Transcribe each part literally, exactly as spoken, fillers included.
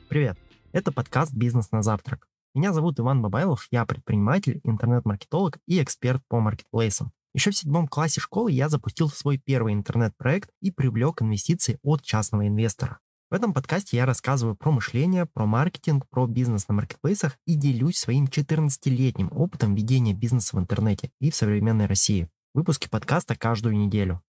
Привет! Это подкаст «Бизнес на завтрак». Меня зовут Иван Бабайлов, я предприниматель, интернет-маркетолог и эксперт по маркетплейсам. Еще в седьмом классе школы я запустил свой первый интернет-проект и привлек инвестиции от частного инвестора. В этом подкасте я рассказываю про мышление, про маркетинг, про бизнес на маркетплейсах и делюсь своим четырнадцатилетним опытом ведения бизнеса в интернете и в современной России. Выпуски подкаста каждую неделю.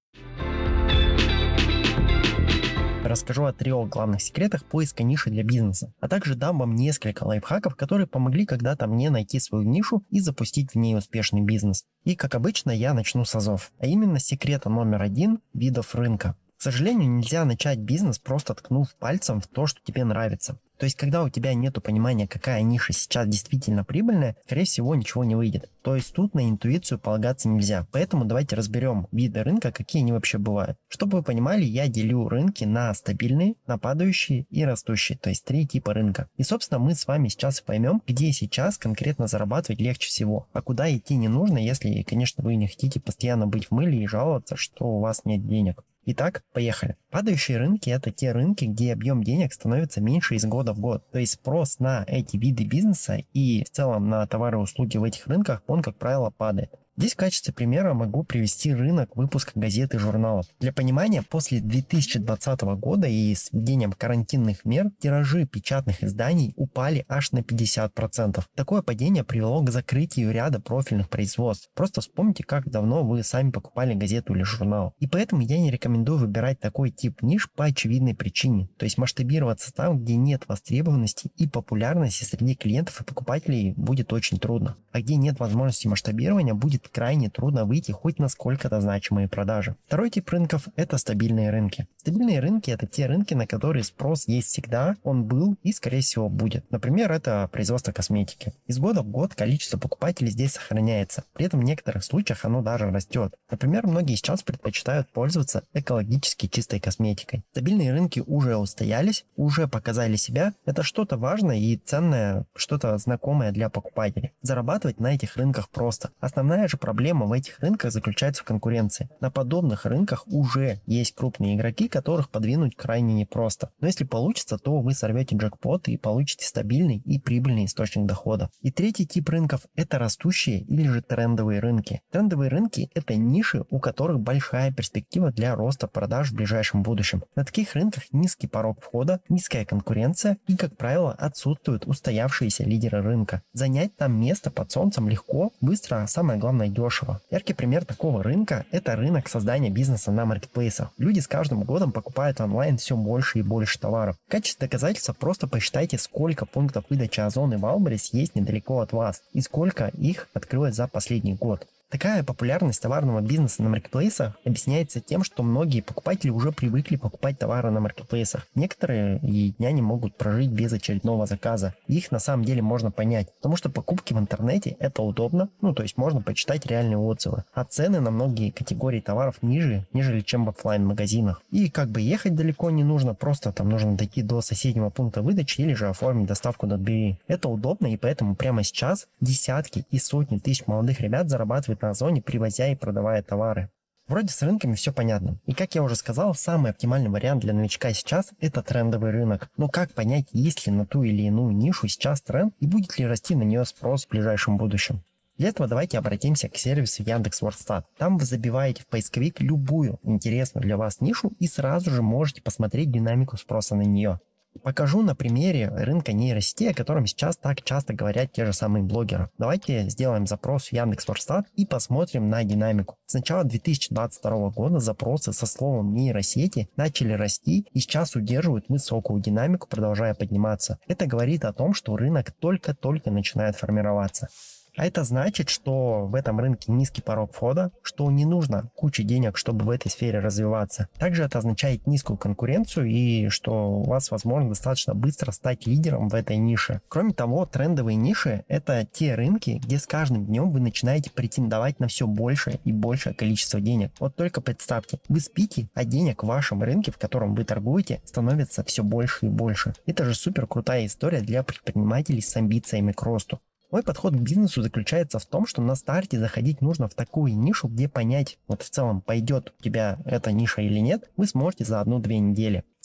Расскажу о трех главных секретах поиска ниши для бизнеса, а также дам вам несколько лайфхаков, которые помогли когда-то мне найти свою нишу и запустить в ней успешный бизнес. И как обычно я начну с азов, а именно с секрета номер один – видов рынка. К сожалению, нельзя начать бизнес, просто ткнув пальцем в то, что тебе нравится. То есть, когда у тебя нет понимания, какая ниша сейчас действительно прибыльная, скорее всего, ничего не выйдет. То есть, тут на интуицию полагаться нельзя. Поэтому давайте разберем виды рынка, какие они вообще бывают. Чтобы вы понимали, я делю рынки на стабильные, на падающие и растущие. То есть, три типа рынка. И, собственно, мы с вами сейчас поймем, где сейчас конкретно зарабатывать легче всего. А куда идти не нужно, если, конечно, вы не хотите постоянно быть в мыле и жаловаться, что у вас нет денег. Итак, поехали. Падающие рынки – это те рынки, где объем денег становится меньше из года в год. То есть спрос на эти виды бизнеса и в целом на товары и услуги в этих рынках, он, как правило, падает. Здесь в качестве примера могу привести рынок выпуска газет и журналов. Для понимания, после две тысячи двадцатого года и с введением карантинных мер тиражи печатных изданий упали аж на пятьдесят процентов. Такое падение привело к закрытию ряда профильных производств. Просто вспомните, как давно вы сами покупали газету или журнал. И поэтому я не рекомендую выбирать такой тип ниш по очевидной причине. То есть масштабироваться там, где нет востребованности и популярности среди клиентов и покупателей будет очень трудно. А где нет возможности масштабирования, будет крайне трудно выйти хоть на сколько-то значимые продажи. Второй тип рынков – это стабильные рынки. Стабильные рынки – это те рынки, на которые спрос есть всегда, он был и, скорее всего, будет. Например, это производство косметики. Из года в год количество покупателей здесь сохраняется. При этом в некоторых случаях оно даже растет. Например, многие сейчас предпочитают пользоваться экологически чистой косметикой. Стабильные рынки уже устоялись, уже показали себя. Это что-то важное и ценное, что-то знакомое для покупателей. Зарабатывать на этих рынках просто. Основная же проблема в этих рынках заключается в конкуренции. На подобных рынках уже есть крупные игроки, которых подвинуть крайне непросто. Но если получится, то вы сорвете джекпот и получите стабильный и прибыльный источник дохода. И третий тип рынков – это растущие или же трендовые рынки. Трендовые рынки – это ниши, у которых большая перспектива для роста продаж в ближайшем будущем. На таких рынках низкий порог входа, низкая конкуренция и, как правило, отсутствуют устоявшиеся лидеры рынка. Занять там место под солнцем легко, быстро, а самое главное дешево. Яркий пример такого рынка – это рынок создания бизнеса на маркетплейсах. Люди с каждым годом покупают онлайн все больше и больше товаров. В качестве доказательства просто посчитайте, сколько пунктов выдачи Озон и Валберес есть недалеко от вас и сколько их открылось за последний год. Такая популярность товарного бизнеса на маркетплейсах объясняется тем, что многие покупатели уже привыкли покупать товары на маркетплейсах. Некоторые и дня не могут прожить без очередного заказа. Их на самом деле можно понять, потому что покупки в интернете это удобно, ну то есть можно почитать реальные отзывы. А цены на многие категории товаров ниже, нежели чем в офлайн-магазинах. И как бы ехать далеко не нужно, просто там нужно дойти до соседнего пункта выдачи или же оформить доставку до двери. Это удобно, и поэтому прямо сейчас десятки и сотни тысяч молодых ребят зарабатывают на Озоне, привозя и продавая товары. Вроде с рынками все понятно. И как я уже сказал, самый оптимальный вариант для новичка сейчас – это трендовый рынок. Но как понять, есть ли на ту или иную нишу сейчас тренд и будет ли расти на нее спрос в ближайшем будущем? Для этого давайте обратимся к сервису Яндекс.Вордстат. Там вы забиваете в поисковик любую интересную для вас нишу и сразу же можете посмотреть динамику спроса на нее. Покажу на примере рынка нейросетей, о котором сейчас так часто говорят те же самые блогеры. Давайте сделаем запрос в Яндекс.Вордстат и посмотрим на динамику. С начала две тысячи двадцать второго года запросы со словом нейросети начали расти и сейчас удерживают высокую динамику, продолжая подниматься. Это говорит о том, что рынок только-только начинает формироваться. А это значит, что в этом рынке низкий порог входа, что не нужно куча денег, чтобы в этой сфере развиваться. Также это означает низкую конкуренцию и что у вас возможно достаточно быстро стать лидером в этой нише. Кроме того, трендовые ниши – это те рынки, где с каждым днем вы начинаете претендовать на все большее и большее количество денег. Вот только представьте, вы спите, а денег в вашем рынке, в котором вы торгуете, становится все больше и больше. Это же супер крутая история для предпринимателей с амбициями к росту. Мой подход к бизнесу заключается в том, что на старте заходить нужно в такую нишу, где понять, вот в целом пойдет у тебя эта ниша или нет, вы сможете за одну-две недели.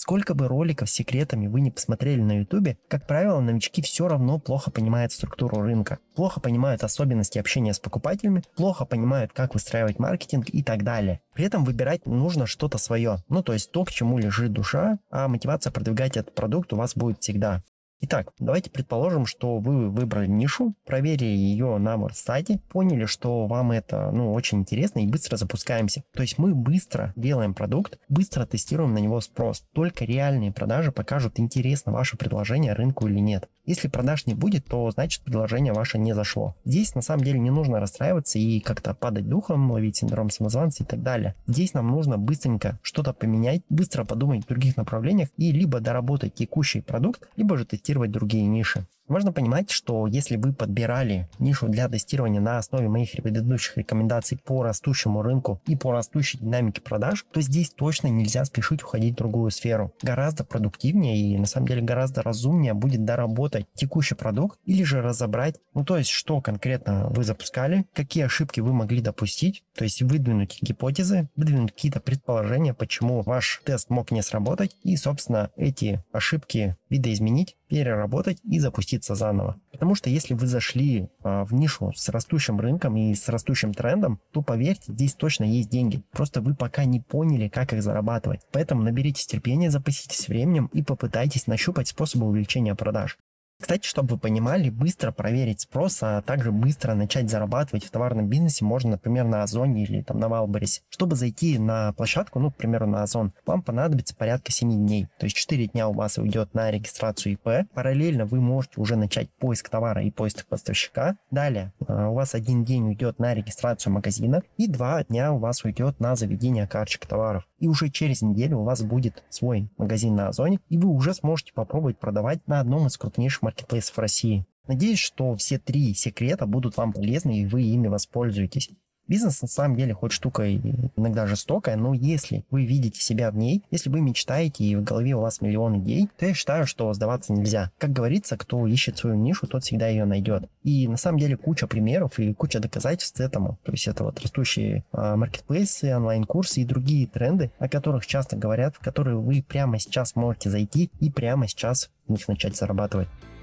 Сколько бы роликов с секретами вы не посмотрели на ютубе, как правило, новички все равно плохо понимают структуру рынка, плохо понимают особенности общения с покупателями, плохо понимают, как выстраивать маркетинг и так далее. При этом выбирать нужно что-то свое, ну то есть то, к чему лежит душа, а мотивация продвигать этот продукт у вас будет всегда. Итак, давайте предположим, что вы выбрали нишу, проверили ее на WordStat, поняли, что вам это ну, очень интересно и быстро запускаемся. То есть мы быстро делаем продукт, быстро тестируем на него спрос. Только реальные продажи покажут, интересно ваше предложение рынку или нет. Если продаж не будет, то значит предложение ваше не зашло. Здесь на самом деле не нужно расстраиваться и как-то падать духом, ловить синдром самозванца и так далее. Здесь нам нужно быстренько что-то поменять, быстро подумать в других направлениях и либо доработать текущий продукт, либо же тестировать другие ниши. Важно понимать, что если вы подбирали нишу для тестирования на основе моих предыдущих рекомендаций по растущему рынку и по растущей динамике продаж, то здесь точно нельзя спешить уходить в другую сферу. Гораздо продуктивнее и на самом деле гораздо разумнее будет доработать текущий продукт или же разобрать, ну то есть что конкретно вы запускали, какие ошибки вы могли допустить, то есть выдвинуть гипотезы, выдвинуть какие-то предположения, почему ваш тест мог не сработать и, собственно, эти ошибки видоизменить, переработать и запуститься заново. Потому что если вы зашли а, в нишу с растущим рынком и с растущим трендом, то поверьте, здесь точно есть деньги. Просто вы пока не поняли, как их зарабатывать. Поэтому наберитесь терпения, запаситесь временем и попытайтесь нащупать способы увеличения продаж. Кстати, чтобы вы понимали, быстро проверить спрос, а также быстро начать зарабатывать в товарном бизнесе можно, например, на Озоне или там на Вайлдберрисе. Чтобы зайти на площадку, ну, к примеру, на Озон, вам понадобится порядка семи дней. То есть четыре дня у вас уйдет на регистрацию ИП. Параллельно вы можете уже начать поиск товара и поиск поставщика. Далее у вас один день уйдет на регистрацию магазина и два дня у вас уйдет на заведение карточек товаров. И уже через неделю у вас будет свой магазин на Озоне, и вы уже сможете попробовать продавать на одном из крупнейших маркетплейсов России. Надеюсь, что все три секрета будут вам полезны и вы ими воспользуетесь. Бизнес на самом деле хоть штука иногда жестокая, но если вы видите себя в ней, если вы мечтаете и в голове у вас миллион идей, то я считаю, что сдаваться нельзя. Как говорится, кто ищет свою нишу, тот всегда ее найдет. И на самом деле куча примеров и куча доказательств этому. То есть это вот растущие а, маркетплейсы, онлайн-курсы и другие тренды, о которых часто говорят, в которые вы прямо сейчас можете зайти и прямо сейчас в них начать зарабатывать.